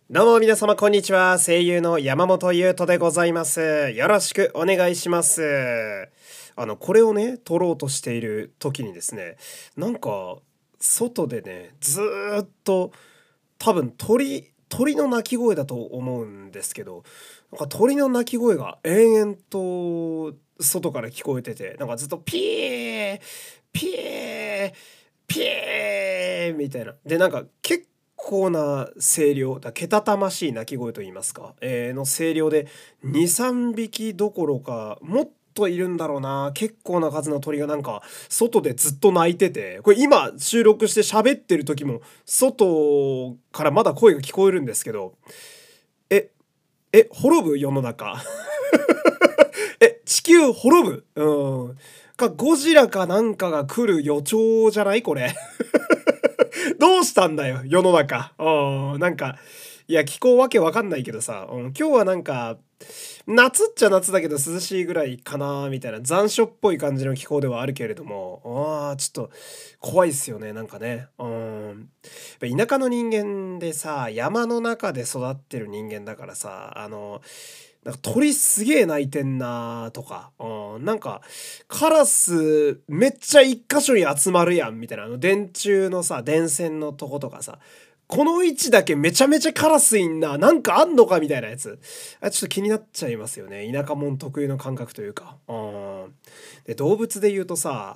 どうも皆様こんにちは。声優の山本優斗でございます。よろしくお願いします。これをね、撮ろうとしている時にですね、なんか、外でね、ずーっと、多分鳥の鳴き声だと思うんですけど、なんか鳥の鳴き声が延々と外から聞こえてて、なんかずっとピー、ピー、ピーみたいな。で、なんか結構な声量、けたたましい鳴き声と言いますか、の声量で2、3匹どころか、もっといるんだろうな。結構な数の鳥がなんか、外でずっと鳴いてて、これ今収録して喋ってる時も、外からまだ声が聞こえるんですけど、え、滅ぶ世の中。地球滅ぶゴジラかなんかが来る予兆じゃないこれ。どうしたんだよ、世の中。なんか、いや、気候わけわかんないけどさ、今日はなんか、夏っちゃ夏だけど涼しいぐらいかな、みたいな残暑っぽい感じの気候ではあるけれども、ちょっと怖いっすよね、なんかね。やっぱ田舎の人間でさ、山の中で育ってる人間だからさ、なんか鳥すげえ鳴いてんなとか、なんかカラスめっちゃ一箇所に集まるやんみたいな、電柱のさ、電線のとことかさ、この位置だけめちゃめちゃカラスいんな、なんかあんのかみたいなやつ。ちょっと気になっちゃいますよね。田舎者特有の感覚というか。で、動物で言うとさ、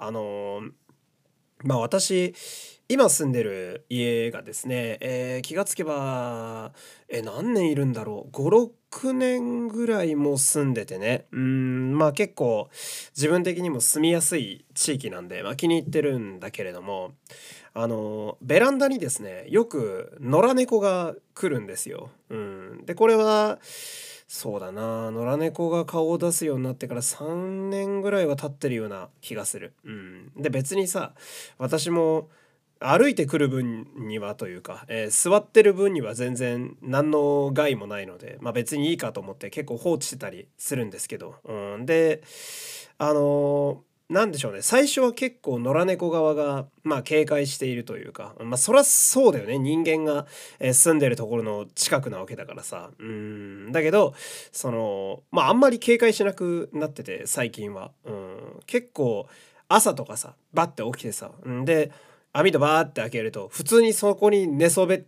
私、今住んでる家がですね、気がつけば、何年いるんだろう。5、6年ぐらいもう住んでてね。結構自分的にも住みやすい地域なんで、気に入ってるんだけれども、ベランダにですね、よく野良猫が来るんですよ。で、これは、そうだな、野良猫が顔を出すようになってから3年ぐらいは経ってるような気がする。で、別にさ、私も歩いてくる分にはというか、座ってる分には全然何の害もないので、別にいいかと思って結構放置してたりするんですけど、で、なんでしょうね。最初は結構野良猫側が、警戒しているというか、そりゃそうだよね。人間が、住んでるところの近くなわけだからさ。だけど、あんまり警戒しなくなってて、最近は。結構、朝とかさ、バッて起きてさ、で、網戸バーって開けると、普通にそこに寝そべって、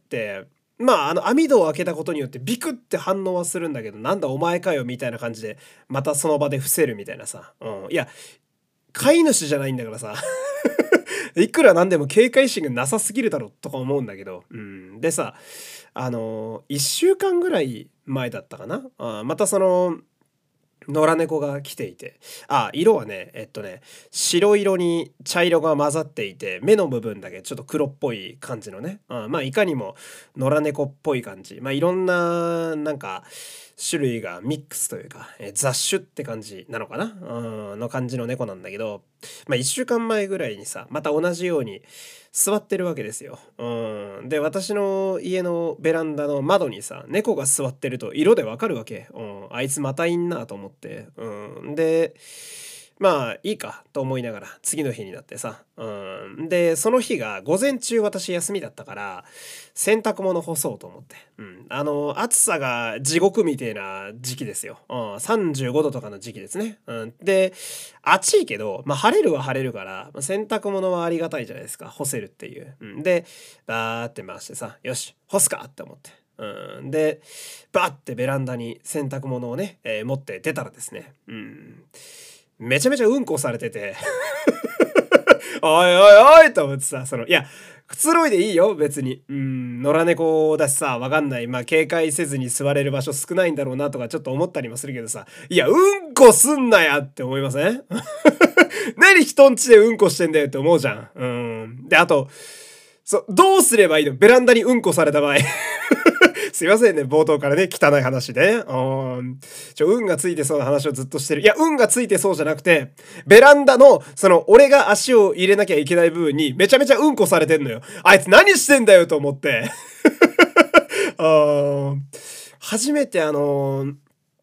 網戸を開けたことによってビクって反応はするんだけど、なんだお前かよみたいな感じで、またその場で伏せるみたいなさ。いや、飼い主じゃないんだからさ。いくらなんでも警戒心がなさすぎるだろとか思うんだけど。でさ、1週間ぐらい前だったかな。また野良猫が来ていて。色はね、白色に茶色が混ざっていて、目の部分だけちょっと黒っぽい感じのね。いかにも野良猫っぽい感じ。いろんな、なんか、種類がミックスというか、雑種って感じなのかなの感じの猫なんだけど、1週間前ぐらいにさ、また同じように座ってるわけですよ。で、私の家のベランダの窓にさ、猫が座ってると色でわかるわけ。あいつまたいんなと思って。で、いいかと思いながら次の日になってさ。で、その日が午前中私休みだったから、洗濯物干そうと思って。暑さが地獄みたいな時期ですよ。35度とかの時期ですね。で、暑いけど、晴れるは晴れるから、洗濯物はありがたいじゃないですか。干せるっていう。で、バーって回してさ、よし、干すかって思って。で、バーってベランダに洗濯物をね、持って出たらですね。めちゃめちゃうんこされてておいおいおいと思ってさ、いや、くつろいでいいよ、別に。野良猫だしさ、わかんない。警戒せずに座れる場所少ないんだろうなとかちょっと思ったりもするけどさ、いや、うんこすんなやって思いません何人んちでうんこしてんだよって思うじゃん。で、あと、どうすればいいのベランダにうんこされた場合すいませんね、冒頭からね、汚い話で。運がついてそうな話をずっとしてる。いや、運がついてそうじゃなくて、ベランダの、俺が足を入れなきゃいけない部分に、めちゃめちゃうんこされてんのよ。あいつ何してんだよと思って。初めて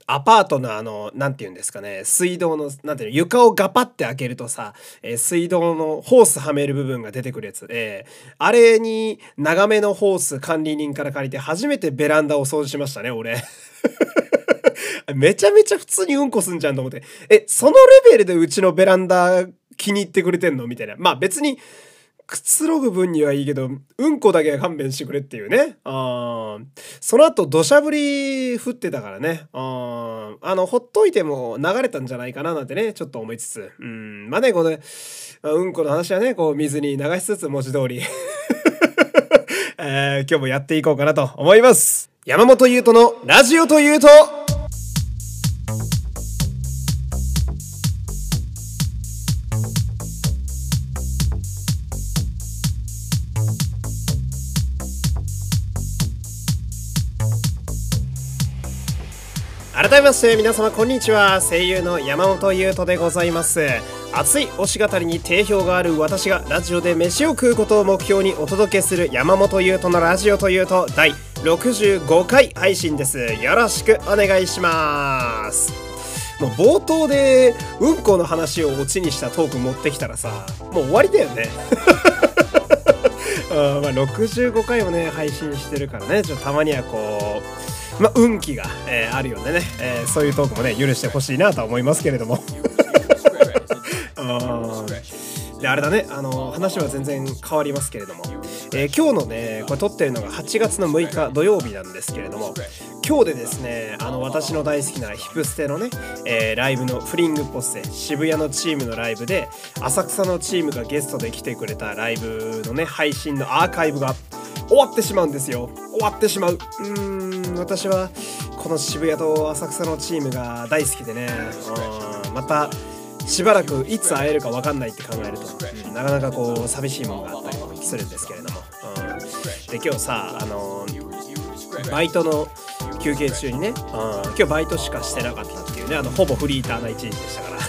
アパートのなんて言うんですかね、水道の、なんていうの、床をガパって開けるとさ、水道のホースはめる部分が出てくるやつ。あれに長めのホース管理人から借りて初めてベランダを掃除しましたね、俺。めちゃめちゃ普通にうんこすんじゃんと思って。そのレベルでうちのベランダ気に入ってくれてんのみたいな。まあ別に、くつろぐ分にはいいけど、うんこだけは勘弁してくれっていうね。その後土砂降り降ってたからね。ほっといても流れたんじゃないかななんてね、ちょっと思いつつ。まあね、これ、うんこの話はね、こう水に流しつつ文字通り、今日もやっていこうかなと思います。山本優斗のラジオというと、改めまして皆様こんにちは。声優の山本優斗でございます。熱い推し語りに定評がある私がラジオで飯を食うことを目標にお届けする山本優斗のラジオというと第65回配信です。よろしくお願いします。もう冒頭でうんこの話をオチにしたトーク持ってきたらさ、もう終わりだよね。まあ65回をね配信してるからね、たまにはこう運気が、あるようでね、そういうトークもね許してほしいなとは思いますけれども。であれだね、話は全然変わりますけれども、今日のねこれ撮ってるのが8月の6日土曜日なんですけれども、今日でですね私の大好きなヒプステのね、ライブのフリングポッセ渋谷のチームのライブで浅草のチームがゲストで来てくれたライブのね配信のアーカイブが終わってしまうんですよ。終わってしまう。私はこの渋谷と浅草のチームが大好きでね、またしばらくいつ会えるか分かんないって考えると、なかなかこう寂しいものがあったりもするんですけれども、で今日さバイトの休憩中にね、今日バイトしかしてなかったっていうね、ほぼフリーターな一日でしたから、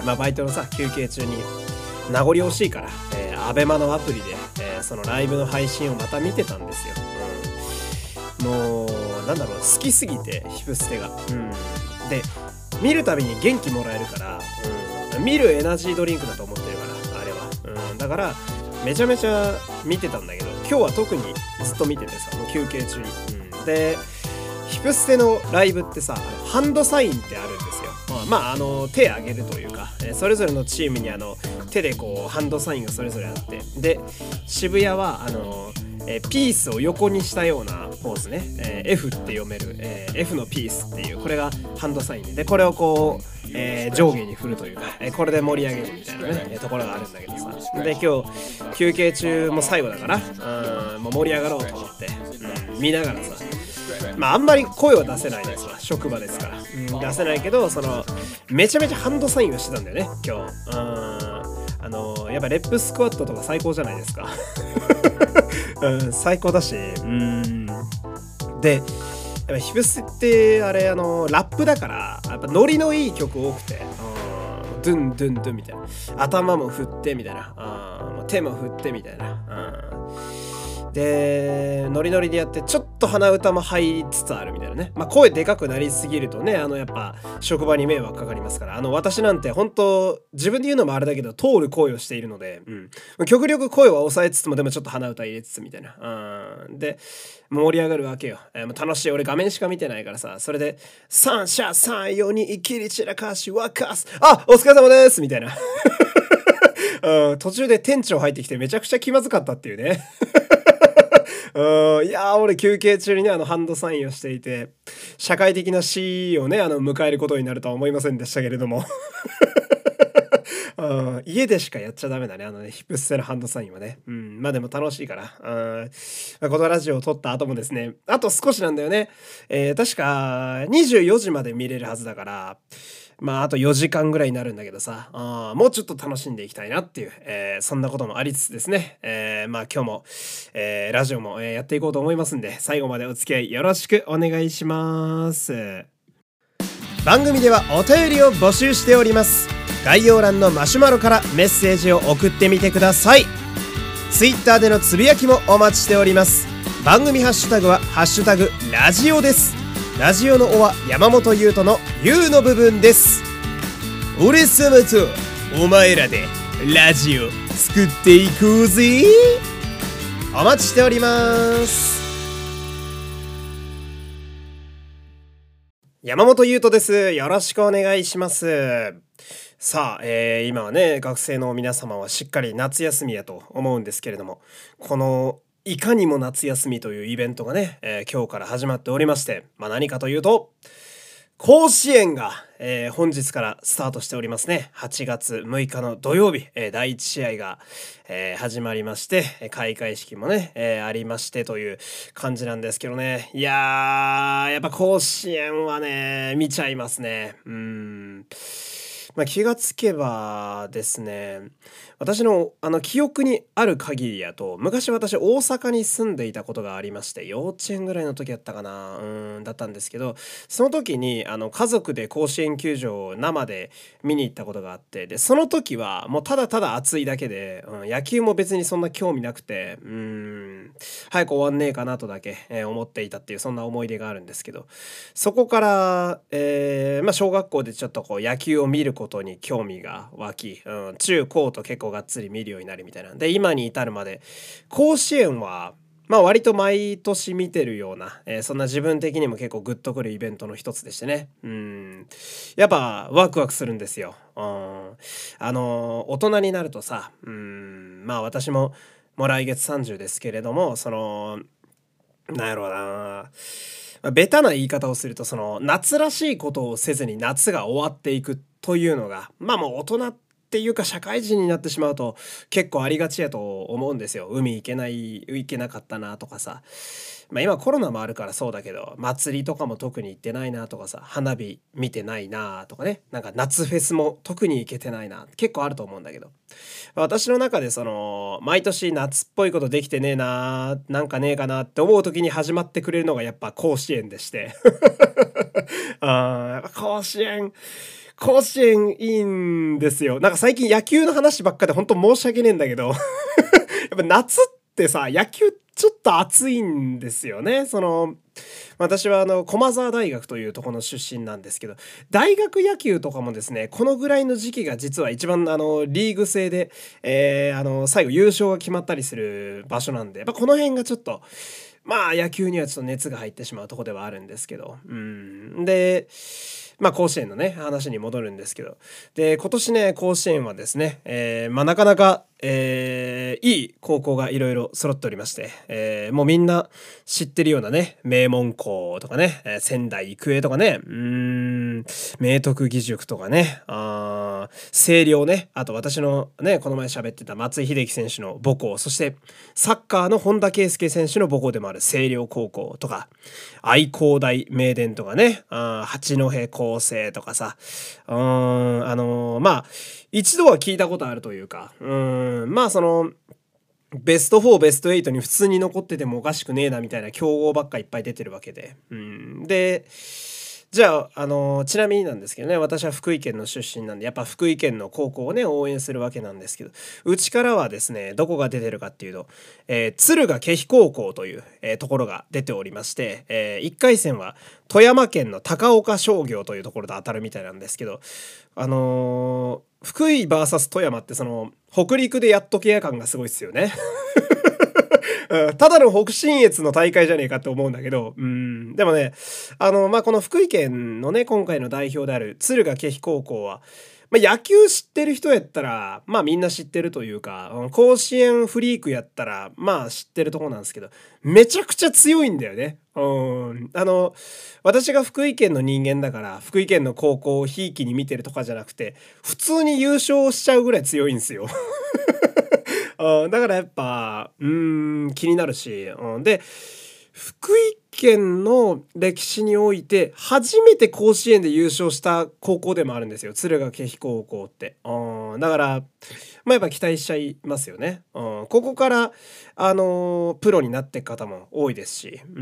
まあバイトのさ休憩中に名残惜しいから、アベマのアプリで、そのライブの配信をまた見てたんですよ。もうなんだろう、好きすぎてヒプステが、で見るたびに元気もらえるから、見るエナジードリンクだと思ってるからあれは、だからめちゃめちゃ見てたんだけど、今日は特にずっと見ててさ、もう休憩中に、でヒプステのライブってさハンドサインってあるんですよ。まあ手挙げるというか、それぞれのチームに手でこうハンドサインがそれぞれあって、で渋谷はピースを横にしたようなポーズね、F って読める、F のピースっていうこれがハンドサインで、これをこう、上下に振るというか、これで盛り上げるみたいなね、ところがあるんだけどさ、で今日休憩中も最後だからもう盛り上がろうと思って、見ながらさ、まああんまり声は出せないですわ、職場ですから、出せないけどめちゃめちゃハンドサインをしてたんだよね今日。やっぱレップスクワットとか最高じゃないですか。最高だし、でやっぱヒプスってあれラップだからやっぱノリのいい曲多くて、ドゥンドゥンドゥンみたいな、頭も振ってみたいな、手も振ってみたいな、でノリノリでやってちょっと鼻歌も入りつつあるみたいなね。まあ声でかくなりすぎるとねやっぱ職場に迷惑かかりますから、私なんて本当自分で言うのもあれだけど通る声をしているので、極力声は抑えつつもでもちょっと鼻歌入れつつみたいな、で盛り上がるわけよ。もう楽しい。俺画面しか見てないからさ、それで三者三様に生きり散らかし沸かす、あお疲れ様ですみたいな。途中で店長入ってきてめちゃくちゃ気まずかったっていうね。いやー俺休憩中にねハンドサインをしていて、社会的な死をね迎えることになるとは思いませんでしたけれども。家でしかやっちゃダメだねヒプステのハンドサインはね。まあでも楽しいから、このラジオを撮った後もですね、あと少しなんだよね。確か24時まで見れるはずだから、まああと4時間ぐらいになるんだけどさ、もうちょっと楽しんでいきたいなっていう、そんなこともありつつですね、まあ今日も、ラジオも、やっていこうと思いますんで、最後までお付き合いよろしくお願いします。番組ではお便りを募集しております。概要欄のマシュマロからメッセージを送ってみてください。 Twitter でのつぶやきもお待ちしております。番組ハッシュタグはハッシュタグラジオです。 ラジオのおは山本優斗の優の部分です。俺様とお前らでラジオ作っていこうぜ。お待ちしております。山本優斗です。よろしくお願いします。さあ、今はね、学生の皆様はしっかり夏休みやと思うんですけれども、このいかにも夏休みというイベントがね、今日から始まっておりまして、何かというと、甲子園が、本日からスタートしておりますね。8月6日の土曜日、第1試合が、始まりまして、開会式もね、ありましてという感じなんですけどね。いやー、やっぱ甲子園はね、見ちゃいますね。気がつけばですね、私の記憶にある限りやと、昔私大阪に住んでいたことがありまして、幼稚園ぐらいの時やったかな、だったんですけど、その時に家族で甲子園球場を生で見に行ったことがあって、でその時はもうただただ暑いだけで、野球も別にそんな興味なくて、早く終わんねえかなとだけ、思っていたっていうそんな思い出があるんですけど、そこから、小学校でちょっとこう野球を見ることに興味が湧き、中高と結構がっつり見るようになりみたいな。で今に至るまで甲子園は割と毎年見てるような、そんな自分的にも結構グッとくるイベントの一つでしてね。やっぱワクワクするんですよ。大人になるとさ、私も来月30ですけれども、なんやろうな、ベタな言い方をすると、夏らしいことをせずに夏が終わっていくというのが、もう大人っていうか社会人になってしまうと結構ありがちやと思うんですよ。海行けなかったなとかさ。今コロナもあるからそうだけど、祭りとかも特に行ってないなとかさ、花火見てないなとかね、なんか夏フェスも特に行けてないな、結構あると思うんだけど、私の中で毎年夏っぽいことできてねえな、なんかねえかなって思う時に始まってくれるのがやっぱ甲子園でしてやっぱ甲子園いいんですよ。なんか最近野球の話ばっかで本当申し訳ねえんだけどやっぱ夏ってさ、野球ちょっと暑いんですよね。私は駒澤大学というところの出身なんですけど、大学野球とかもですね、このぐらいの時期が実は一番リーグ制で、最後優勝が決まったりする場所なんで、この辺がちょっと野球にはちょっと熱が入ってしまうところではあるんですけど、で甲子園のね話に戻るんですけど、で今年ね甲子園はですね、なかなか、いい高校がいろいろ揃っておりまして、もうみんな知ってるようなね、名門校とかね、仙台育英とかね、明徳義塾とかね、星稜ね、あと私のねこの前喋ってた松井秀喜選手の母校、そしてサッカーの本田圭佑選手の母校でもある星稜高校とか、愛工大名電とかね、八戸高生とかさ、一度は聞いたことあるというか、ベスト4ベスト8に普通に残っててもおかしくねえなみたいな強豪ばっかいっぱい出てるわけで、でじゃあ、ちなみになんですけどね、私は福井県の出身なんで、やっぱ福井県の高校をね応援するわけなんですけど、うちからはですねどこが出てるかっていうと、敦賀気比高校という、ところが出ておりまして、1回戦は富山県の高岡商業というところと当たるみたいなんですけど、福井 VS 富山って北陸でやっとけや感がすごいっすよねただの北信越の大会じゃねえかって思うんだけど、でもね、この福井県のね今回の代表である敦賀気比高校は、野球知ってる人やったらみんな知ってるというか、甲子園フリークやったら知ってるとこなんですけど、めちゃくちゃ強いんだよね。私が福井県の人間だから福井県の高校をひいきに見てるとかじゃなくて、普通に優勝しちゃうぐらい強いんですよだからやっぱ気になるし、で福井県の歴史において初めて甲子園で優勝した高校でもあるんですよ、敦賀気比高校って。だからやっぱ期待しちゃいますよね。ここからプロになっていく方も多いですし、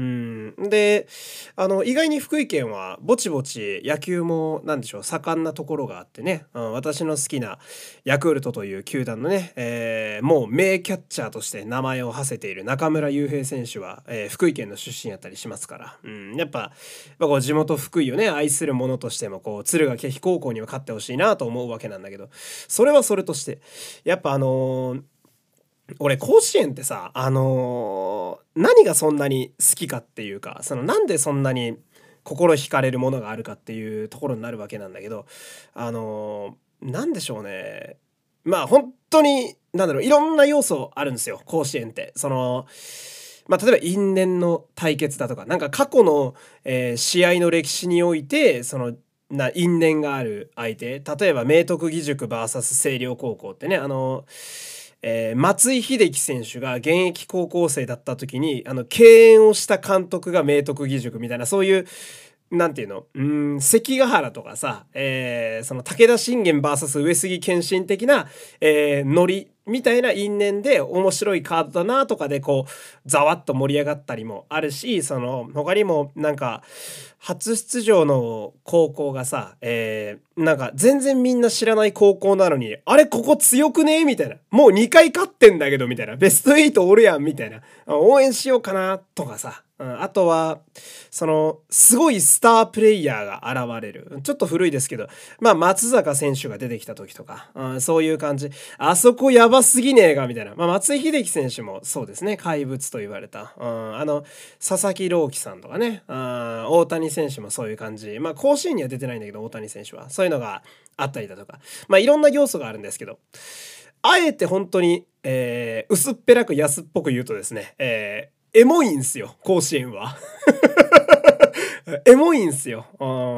で、意外に福井県はぼちぼち野球もなんでしょう、盛んなところがあってね、私の好きなヤクルトという球団のね、もう名キャッチャーとして名前を馳せている中村悠平選手は、福井県の出身やったりしますから、やっぱ、こう地元福井をね、愛する者としても、こう、敦賀気比高校には勝ってほしいなと思うわけなんだけど、それはそれとして、やっぱ俺甲子園ってさ、何がそんなに好きかっていうか、なんでそんなに心惹かれるものがあるかっていうところになるわけなんだけど、なんでしょうね。まあ本当に、なんだろう、いろんな要素あるんですよ、甲子園って。まあ、例えば因縁の対決だとか、なんか過去の、試合の歴史において、因縁がある相手、例えば明徳義塾 VS 星稜高校ってね、松井秀喜選手が現役高校生だった時に敬遠をした監督が明徳義塾みたいな、そういうなんていうの、関ヶ原とかさ、その武田信玄 VS 上杉謙信的な、ノリみたいな因縁で面白いカードだなとかでこうざわっと盛り上がったりもあるし、他にもなんか初出場の高校がさ、なんか全然みんな知らない高校なのに、あれここ強くねみたいな、もう2回勝ってんだけどみたいな、ベスト8おるやんみたいな、応援しようかなとかさ、あとはすごいスタープレイヤーが現れる、ちょっと古いですけど、まあ松坂選手が出てきた時とか、そういう感じ、あそこやばすぎねえがみたいな、まあ松井秀喜選手もそうですね、怪物と言われた、佐々木朗希さんとかね、大谷選手もそういう感じ、まあ甲子園には出てないんだけど大谷選手はそういうのがあったりだとか、まあいろんな要素があるんですけど、あえて本当に、薄っぺらく安っぽく言うとですね、エモいんすよ、甲子園は。エモいんすよ。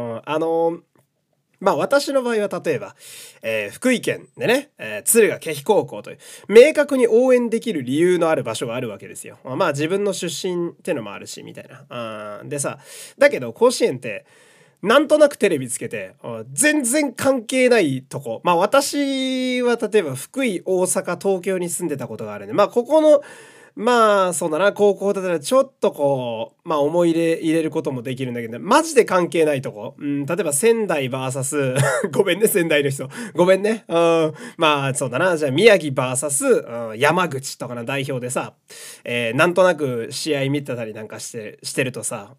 まあ私の場合は例えば、福井県でね、敦賀気比高校という明確に応援できる理由のある場所があるわけですよ。まあ自分の出身ってのもあるしみたいな。でさ、だけど甲子園ってなんとなくテレビつけて全然関係ないとこ。まあ私は例えば福井、大阪、東京に住んでたことがあるんで、まあここのまあそうだな、高校だったらちょっとこうまあ思い入れることもできるんだけど、マジで関係ないとこ、例えば仙台 VS ごめんね仙台の人、ごめんね、まあそうだな、じゃあ宮城 VS、山口とかの代表でさ、なんとなく試合見てたりなんかしてるとさ、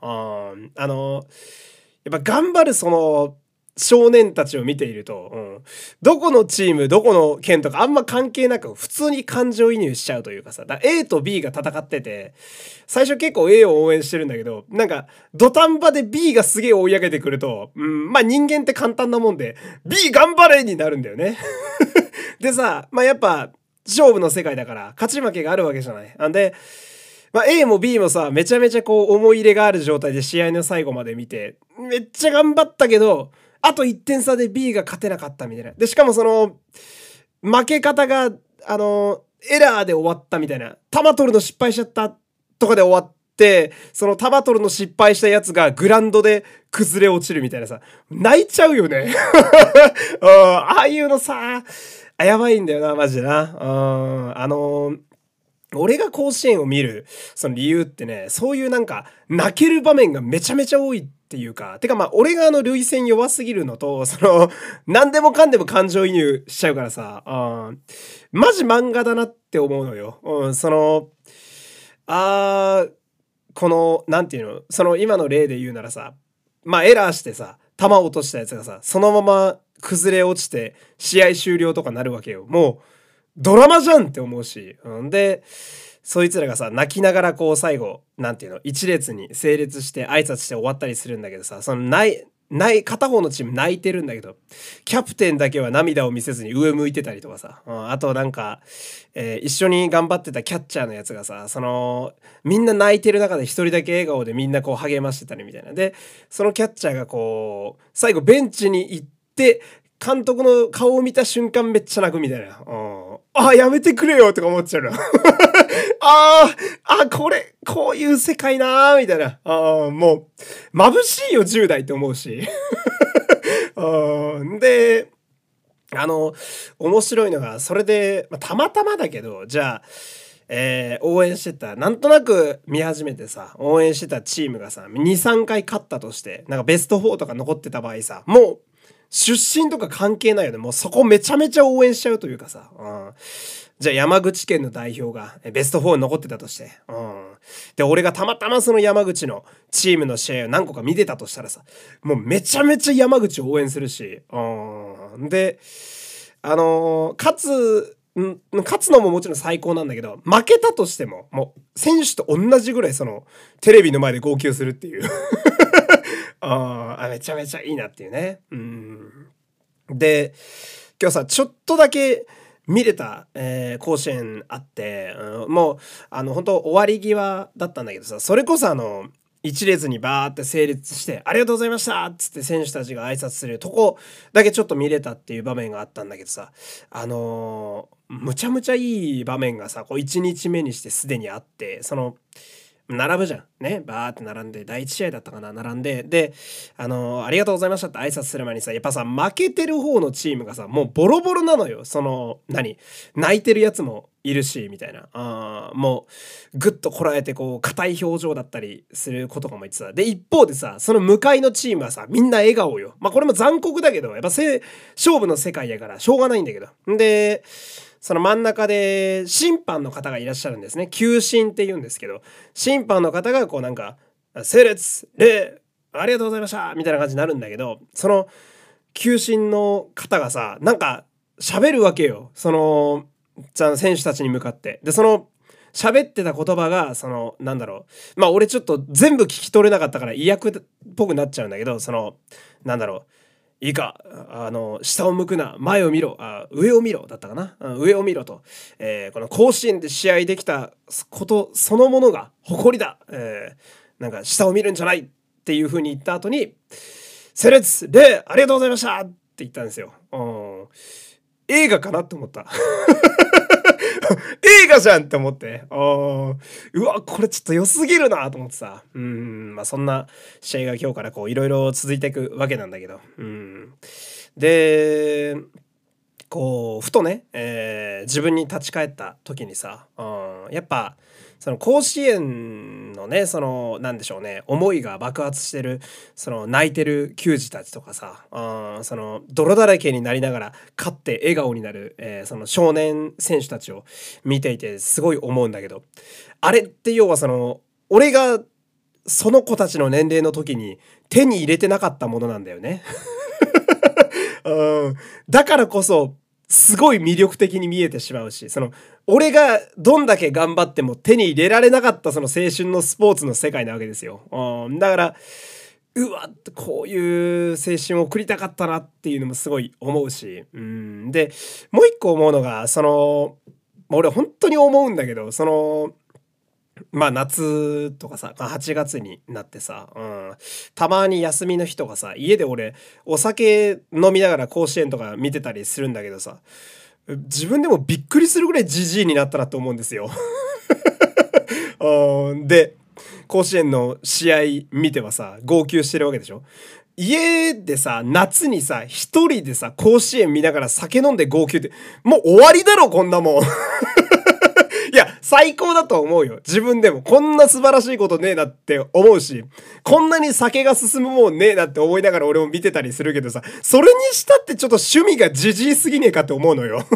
やっぱ頑張る少年たちを見ていると、どこのチーム、どこの県とかあんま関係なく普通に感情移入しちゃうというかさ、A と B が戦ってて、最初結構 A を応援してるんだけど、なんか土壇場で B がすげえ追い上げてくると、まあ人間って簡単なもんで、B 頑張れになるんだよね。でさ、まあやっぱ勝負の世界だから勝ち負けがあるわけじゃない。なんで、まあ、A も B もさ、めちゃめちゃこう思い入れがある状態で試合の最後まで見て、めっちゃ頑張ったけど、あと1点差で B が勝てなかったみたいな。で、しかも負け方が、エラーで終わったみたいな。球取るの失敗しちゃったとかで終わって、その球取るの失敗したやつがグラウンドで崩れ落ちるみたいなさ。泣いちゃうよね。ああいうのさ、やばいんだよな、マジでな。俺が甲子園を見るその理由ってね、そういうなんか泣ける場面がめちゃめちゃ多いっていうか、てかまあ俺が涙腺弱すぎるのと、何でもかんでも感情移入しちゃうからさ、マジ漫画だなって思うのよ。なんていうの、今の例で言うならさ、まあエラーしてさ、球を落としたやつがさ、そのまま崩れ落ちて試合終了とかなるわけよ。もうドラマじゃんって思うし、でそいつらがさ泣きながらこう最後なんていうの一列に整列して挨拶して終わったりするんだけどさ、片方のチーム泣いてるんだけどキャプテンだけは涙を見せずに上向いてたりとかさ、あとなんか、一緒に頑張ってたキャッチャーのやつがさ、みんな泣いてる中で一人だけ笑顔でみんなこう励ましてたりみたいな。でそのキャッチャーがこう最後ベンチに行って監督の顔を見た瞬間めっちゃ泣くみたいな。やめてくれよとか思っちゃうな。こういう世界なーみたいな。もう、眩しいよ、10代って思うし。で、面白いのが、それで、たまたまだけど、じゃあ、 応援してた、なんとなく見始めてさ、応援してたチームがさ、2、3回勝ったとして、なんかベスト4とか残ってた場合さ、もう、出身とか関係ないよね。もうそこめちゃめちゃ応援しちゃうというかさ。じゃあ山口県の代表がベスト4に残ってたとして。で、俺がたまたまその山口のチームの試合を何個か見てたとしたらさ、もうめちゃめちゃ山口を応援するし。で、勝つのももちろん最高なんだけど、負けたとしても、もう選手と同じぐらいテレビの前で号泣するっていう。めちゃめちゃいいなっていうね。で、今日さ、ちょっとだけ見れた、甲子園あって、もう、本当終わり際だったんだけどさ、それこそ一列にバーって整列して、ありがとうございましたっつって選手たちが挨拶するとこだけちょっと見れたっていう場面があったんだけどさ、むちゃむちゃいい場面がさ、1日目にしてすでにあって、並ぶじゃん。ね。バーって並んで、第一試合だったかな、並んで、で、ありがとうございましたって挨拶する前にさ、やっぱさ、負けてる方のチームがさ、もうボロボロなのよ。泣いてるやつもいるし、みたいな。もう、ぐっとこらえて、硬い表情だったりすることかも言ってた。で、一方でさ、その向かいのチームはさ、みんな笑顔よ。まあ、これも残酷だけど、やっぱ勝負の世界やから、しょうがないんだけど。で、その真ん中で審判の方がいらっしゃるんですね。球審って言うんですけど、審判の方が整列、礼、ありがとうございましたみたいな感じになるんだけど、その球審の方がさ、なんか喋るわけよ。選手たちに向かって。で、喋ってた言葉が、まあ俺ちょっと全部聞き取れなかったから意訳っぽくなっちゃうんだけど、いいか、下を向くな、前を見ろ、上を見ろだったかな、上を見ろと、この甲子園で試合できたことそのものが誇りだ、なんか下を見るんじゃないっていう風に言った後に、整列、礼、ありがとうございましたって言ったんですよ。映画かなって思った。映画じゃんって思って。うわ、これちょっと良すぎるなと思ってさ。まあそんな試合が今日からいろいろ続いていくわけなんだけど。で、ふとね、自分に立ち返った時にさ、やっぱ、甲子園のね、なんでしょうね、思いが爆発してる、泣いてる球児たちとかさ、泥だらけになりながら勝って笑顔になる、少年選手たちを見ていてすごい思うんだけど、あれって要は俺がその子たちの年齢の時に手に入れてなかったものなんだよね。だからこそ、すごい魅力的に見えてしまうし、俺がどんだけ頑張っても手に入れられなかった青春のスポーツの世界なわけですよ。だから、うわ、こういう青春を送りたかったなっていうのもすごい思うし、で、もう一個思うのが、俺本当に思うんだけど、まあ夏とかさ、8月になってさ、たまに休みの日とかさ、家で俺お酒飲みながら甲子園とか見てたりするんだけどさ、自分でもびっくりするぐらいジジイになったなと思うんですよ。で、甲子園の試合見てはさ、号泣してるわけでしょ。家でさ、夏にさ、一人でさ、甲子園見ながら酒飲んで号泣って、もう終わりだろ、こんなもん。いや、最高だと思うよ。自分でも。こんな素晴らしいことねえなって思うし、こんなに酒が進むもんねえなって思いながら俺も見てたりするけどさ、それにしたってちょっと趣味がジジイすぎねえかって思うのよ。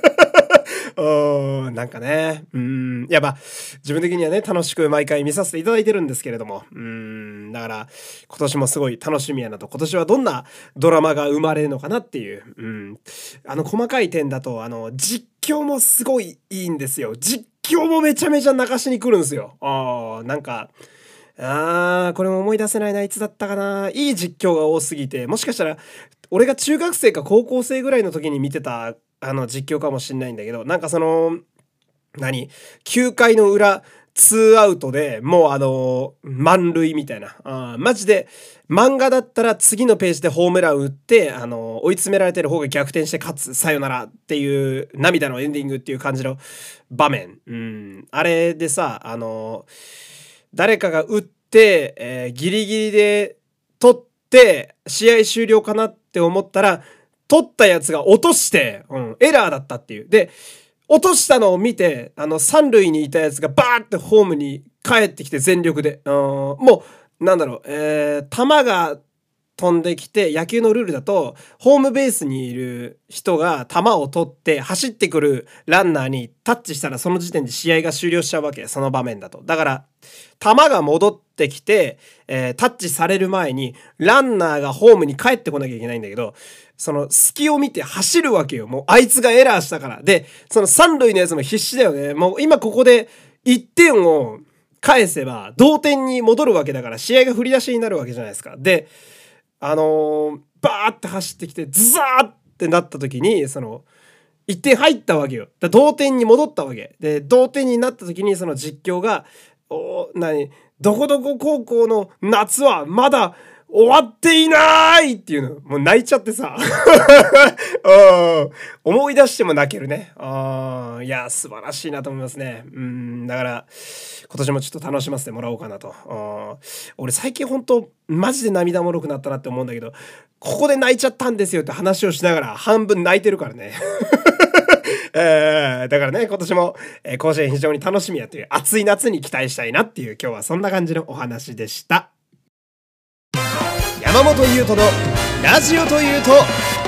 なんかね、やっぱ自分的にはね、楽しく毎回見させていただいてるんですけれども、だから今年もすごい楽しみやなと、今年はどんなドラマが生まれるのかなっていう、細かい点だと、実況もすごいいいんですよ。実況もめちゃめちゃ泣かしに来るんですよ。なんか、これも思い出せないな、いつだったかな。いい実況が多すぎて、もしかしたら、俺が中学生か高校生ぐらいの時に見てた、実況かもしんないんだけど、なんか9回の裏、2アウトでもう満塁みたいな。マジで、漫画だったら次のページでホームラン打って、追い詰められてる方が逆転して勝つ、さよならっていう涙のエンディングっていう感じの場面。あれでさ、誰かが打って、ギリギリで取って、試合終了かなって思ったら、取ったやつが落として、エラーだったっていう。で、 落としたのを見て、三塁にいたやつがバーってホームに帰ってきて全力で。もう、なんだろう、球が飛んできて、野球のルールだと、ホームベースにいる人が球を取って走ってくるランナーにタッチしたらその時点で試合が終了しちゃうわけ。その場面だと。だから、球が戻ってきて、タッチされる前に、ランナーがホームに帰ってこなきゃいけないんだけど、その隙を見て走るわけよ。もうあいつがエラーしたから。で、その三塁のやつも必死だよね。もう今ここで1点を返せば同点に戻るわけだから試合が振り出しになるわけじゃないですか。で、バーって走ってきてズザーってなった時にその1点入ったわけよ。同点に戻ったわけで、同点になった時にその実況がどこどこ高校の夏はまだ終わっていないっていうの。もう泣いちゃってさ。思い出しても泣けるね。いや、素晴らしいなと思いますね。だから、今年もちょっと楽しませてもらおうかなと。俺最近本当マジで涙もろくなったなって思うんだけど、ここで泣いちゃったんですよって話をしながら半分泣いてるからね。だからね、今年も、甲子園非常に楽しみやという暑い夏に期待したいなっていう今日はそんな感じのお話でした。山本優斗のラジオというと。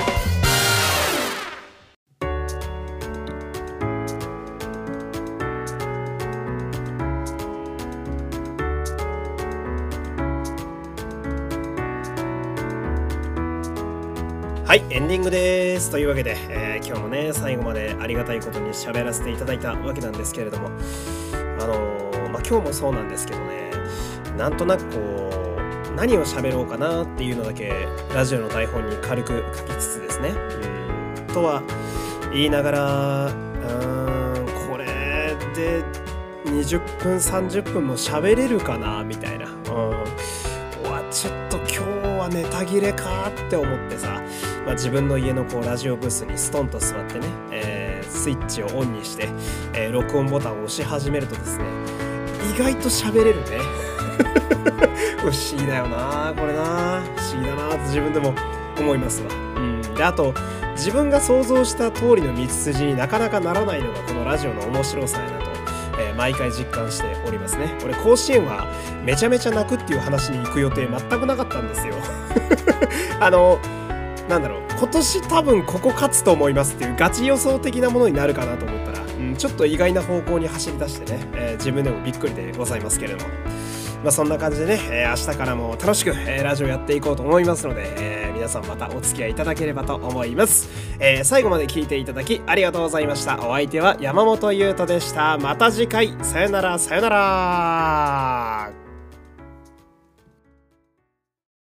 はい、エンディングです。というわけで、今日もね最後までありがたいことに喋らせていただいたわけなんですけれども、今日もそうなんですけどね、なんとなくこう何を喋ろうかなっていうのだけラジオの台本に軽く書きつつですね、とは言いながら、これで20分30分も喋れるかなみたいな、ちょっと今日はネタ切れかって思ってさ、自分の家のこうラジオブースにストンと座ってね、スイッチをオンにして、録音ボタンを押し始めるとですね、意外と喋れるね。不思議だよなこれな、不思議だなと自分でも思いますわ。で、あと自分が想像した通りの道筋になかなかならないのがこのラジオの面白さやなと、毎回実感しておりますね。俺甲子園はめちゃめちゃ泣くっていう話に行く予定全くなかったんですよ。なんだろう、今年多分ここ勝つと思いますっていうガチ予想的なものになるかなと思ったら、ちょっと意外な方向に走り出してね、自分でもびっくりでございますけれども、そんな感じでね、明日からも楽しく、ラジオやっていこうと思いますので、皆さんまたお付き合いいただければと思います。最後まで聞いていただきありがとうございました。お相手は山本優斗でした。また次回、さよならさよなら。